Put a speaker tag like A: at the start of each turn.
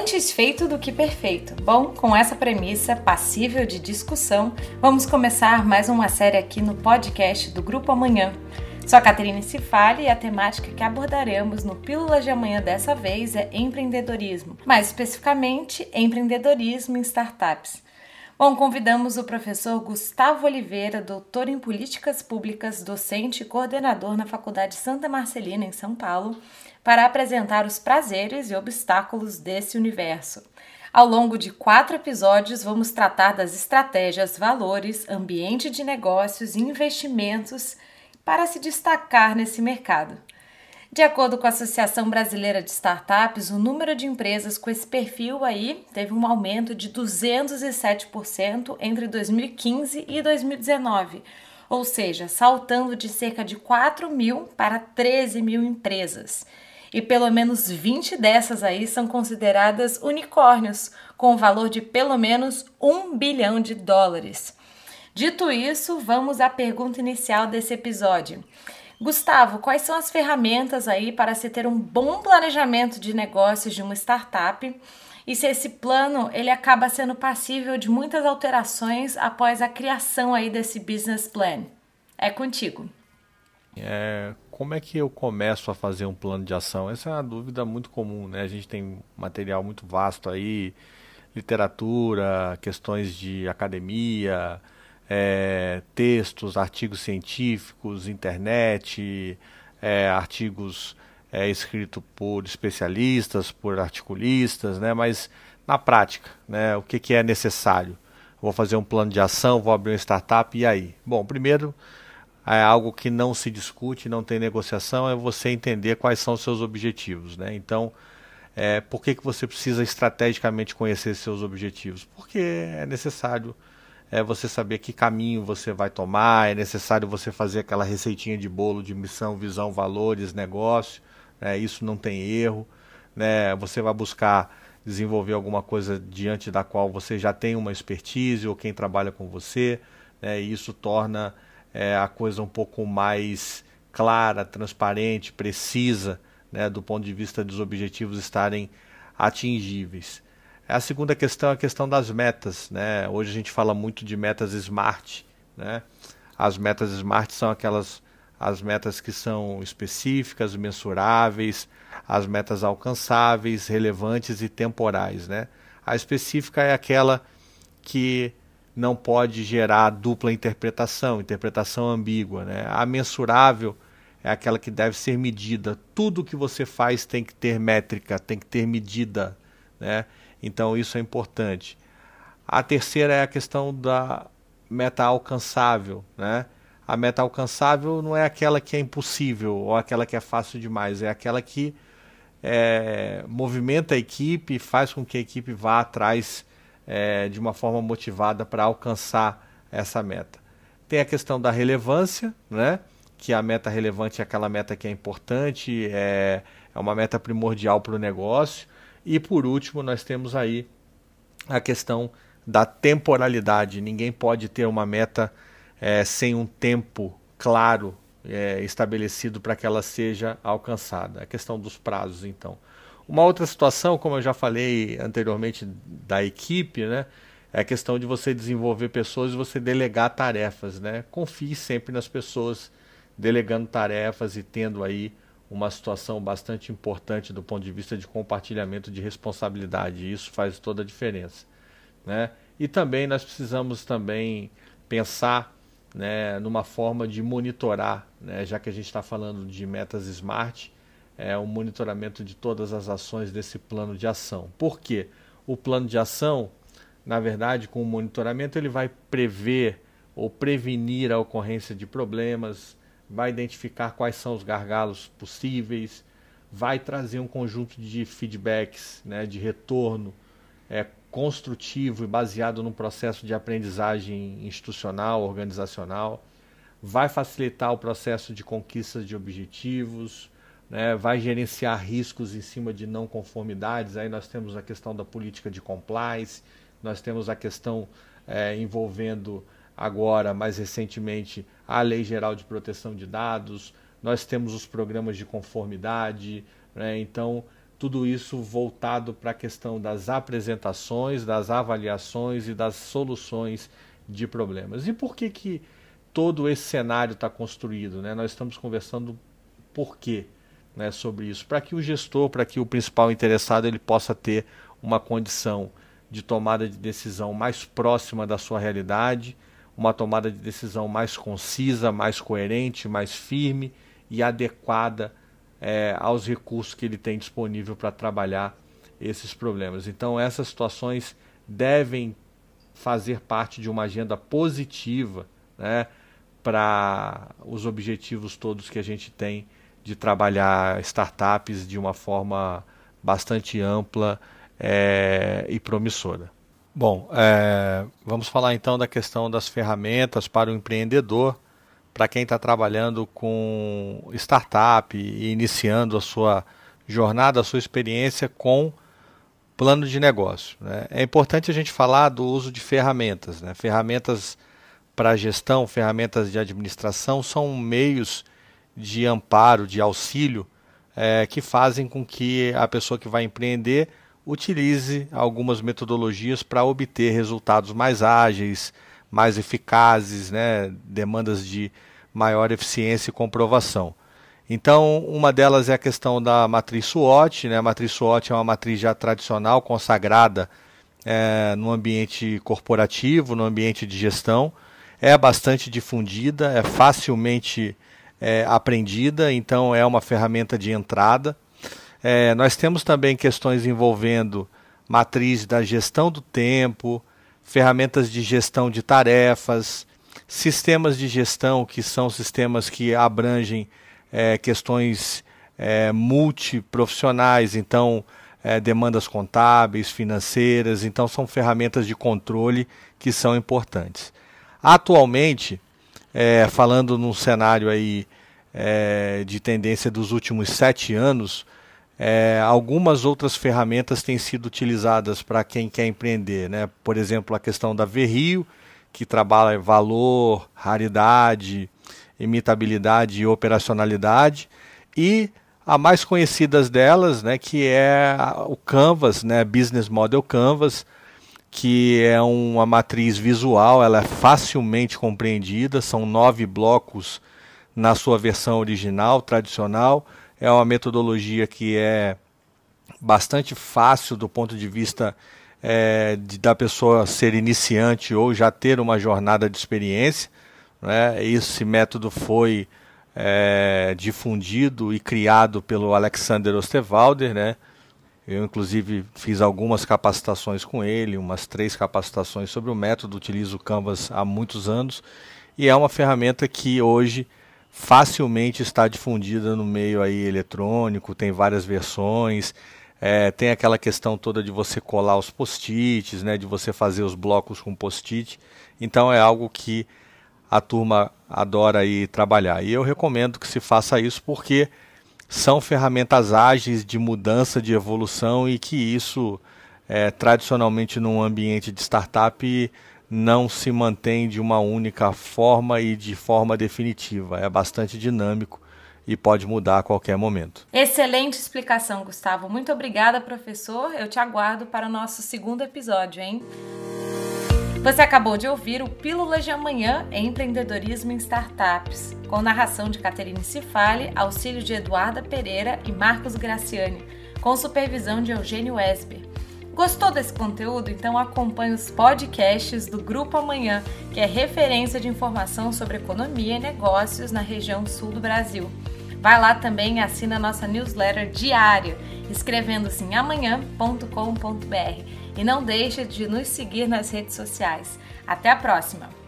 A: Antes feito do que perfeito. Bom, com essa premissa passível de discussão, vamos começar mais uma série aqui no podcast do Grupo Amanhã. Sou a Caterine Cifali e a temática que abordaremos no Pílulas de Amanhã dessa vez é empreendedorismo, mais especificamente empreendedorismo em startups. Bom, convidamos o professor Gustavo Oliveira, doutor em Políticas Públicas, docente e coordenador na Faculdade Santa Marcelina, em São Paulo, para apresentar os prazeres e obstáculos desse universo. Ao longo de 4 episódios, vamos tratar das estratégias, valores, ambiente de negócios e investimentos para se destacar nesse mercado. De acordo com a Associação Brasileira de Startups, o número de empresas com esse perfil aí teve um aumento de 207% entre 2015 e 2019, ou seja, saltando de cerca de 4 mil para 13 mil empresas. E pelo menos 20 dessas aí são consideradas unicórnios, com um valor de pelo menos $1 bilhão. Dito isso, vamos à pergunta inicial desse episódio. Gustavo, quais são as ferramentas aí para se ter um bom planejamento de negócios de uma startup e se esse plano ele acaba sendo passível de muitas alterações após a criação aí desse business plan? É contigo.
B: Como é que eu começo a fazer um plano de ação? Essa é uma dúvida muito comum, né? A gente tem material muito vasto aí, literatura, questões de academia, textos, artigos científicos, internet, artigos escritos por especialistas, por articulistas, né? Mas na prática, né, o que é necessário? Vou fazer um plano de ação, vou abrir uma startup, e aí? Bom, primeiro, é algo que não se discute, não tem negociação, é você entender quais são os seus objetivos, né? Então, por que você precisa estrategicamente conhecer seus objetivos? Porque é necessário você saber que caminho você vai tomar, é necessário você fazer aquela receitinha de bolo de missão, visão, valores, negócio, né? Isso não tem erro, né? Você vai buscar desenvolver alguma coisa diante da qual você já tem uma expertise ou quem trabalha com você, né? E isso torna a coisa um pouco mais clara, transparente, precisa, né? Do ponto de vista dos objetivos estarem atingíveis. A segunda questão é a questão das metas, né? Hoje a gente fala muito de metas SMART, né? As metas SMART são as metas que são específicas, mensuráveis, as metas alcançáveis, relevantes e temporais, né? A específica é aquela que não pode gerar dupla interpretação ambígua, né? A mensurável é aquela que deve ser medida. Tudo que você faz tem que ter métrica, tem que ter medida, né? Então isso é importante. A terceira é a questão da meta alcançável, né? A meta alcançável não é aquela que é impossível ou aquela que é fácil demais, é aquela que movimenta a equipe e faz com que a equipe vá atrás de uma forma motivada para alcançar essa meta. Tem a questão da relevância, né? Que a meta relevante é aquela meta que é importante, é uma meta primordial para o negócio. E por último, nós temos aí a questão da temporalidade. Ninguém pode ter uma meta sem um tempo claro estabelecido para que ela seja alcançada. A questão dos prazos, então. Uma outra situação, como eu já falei anteriormente da equipe, né, é a questão de você desenvolver pessoas e você delegar tarefas, né? Confie sempre nas pessoas, delegando tarefas e tendo aí uma situação bastante importante do ponto de vista de compartilhamento de responsabilidade. Isso faz toda a diferença, né? E também nós precisamos também pensar, né, numa forma de monitorar, né, já que a gente está falando de metas SMART, o monitoramento de todas as ações desse plano de ação. Por quê? O plano de ação, na verdade, com o monitoramento, ele vai prever ou prevenir a ocorrência de problemas, vai identificar quais são os gargalos possíveis, vai trazer um conjunto de feedbacks, né, de retorno construtivo e baseado num processo de aprendizagem institucional, organizacional, vai facilitar o processo de conquista de objetivos, né, vai gerenciar riscos em cima de não conformidades. Aí nós temos a questão da política de compliance, nós temos a questão envolvendo agora, mais recentemente, a Lei Geral de Proteção de Dados, nós temos os programas de conformidade, né? Então tudo isso voltado para a questão das apresentações, das avaliações e das soluções de problemas. E por que todo esse cenário está construído, né? Nós estamos conversando por quê, né, sobre isso, para que o gestor, para que o principal interessado ele possa ter uma condição de tomada de decisão mais próxima da sua realidade, uma tomada de decisão mais concisa, mais coerente, mais firme e adequada aos recursos que ele tem disponível para trabalhar esses problemas. Então essas situações devem fazer parte de uma agenda positiva, né, para os objetivos todos que a gente tem de trabalhar startups de uma forma bastante ampla e promissora. Bom, vamos falar então da questão das ferramentas para o empreendedor, para quem está trabalhando com startup e iniciando a sua jornada, a sua experiência com plano de negócio, né? É importante a gente falar do uso de ferramentas, né? Ferramentas para gestão, ferramentas de administração são meios de amparo, de auxílio, que fazem com que a pessoa que vai empreender utilize algumas metodologias para obter resultados mais ágeis, mais eficazes, né? Demandas de maior eficiência e comprovação. Então, uma delas é a questão da matriz SWOT, né? A matriz SWOT é uma matriz já tradicional, consagrada no ambiente corporativo, no ambiente de gestão. É bastante difundida, é facilmente aprendida, então é uma ferramenta de entrada. Nós temos também questões envolvendo matriz da gestão do tempo, ferramentas de gestão de tarefas, sistemas de gestão, que são sistemas que abrangem questões multiprofissionais, então demandas contábeis, financeiras, então são ferramentas de controle que são importantes. Atualmente, falando num cenário aí de tendência dos últimos 7 anos, algumas outras ferramentas têm sido utilizadas para quem quer empreender, né? Por exemplo, a questão da Verrio, que trabalha valor, raridade, imitabilidade e operacionalidade, e a mais conhecida delas, né, que é o Canvas, né, Business Model Canvas, que é uma matriz visual, ela é facilmente compreendida, são 9 blocos na sua versão original, tradicional. É uma metodologia que é bastante fácil do ponto de vista da pessoa ser iniciante ou já ter uma jornada de experiência, né? Esse método foi difundido e criado pelo Alexander Osterwalder, né? Eu, inclusive, fiz algumas capacitações com ele, umas 3 capacitações sobre o método, utilizo o Canvas há muitos anos, e é uma ferramenta que hoje facilmente está difundida no meio aí eletrônico, tem várias versões, tem aquela questão toda de você colar os post-its, né, de você fazer os blocos com post-it, então é algo que a turma adora aí trabalhar. E eu recomendo que se faça isso porque são ferramentas ágeis de mudança, de evolução, e que isso, tradicionalmente num ambiente de startup, não se mantém de uma única forma e de forma definitiva. É bastante dinâmico e pode mudar a qualquer momento.
A: Excelente explicação, Gustavo. Muito obrigada, professor. Eu te aguardo para o nosso segundo episódio, hein? Você acabou de ouvir o Pílulas de Amanhã, Empreendedorismo em Startups, com narração de Caterine Cifali, auxílio de Eduarda Pereira e Marcos Graciani, com supervisão de Eugênio Wesber. Gostou desse conteúdo? Então acompanhe os podcasts do Grupo Amanhã, que é referência de informação sobre economia e negócios na região sul do Brasil. Vai lá também e assina a nossa newsletter diária, escrevendo-se em amanhã.com.br. E não deixe de nos seguir nas redes sociais. Até a próxima!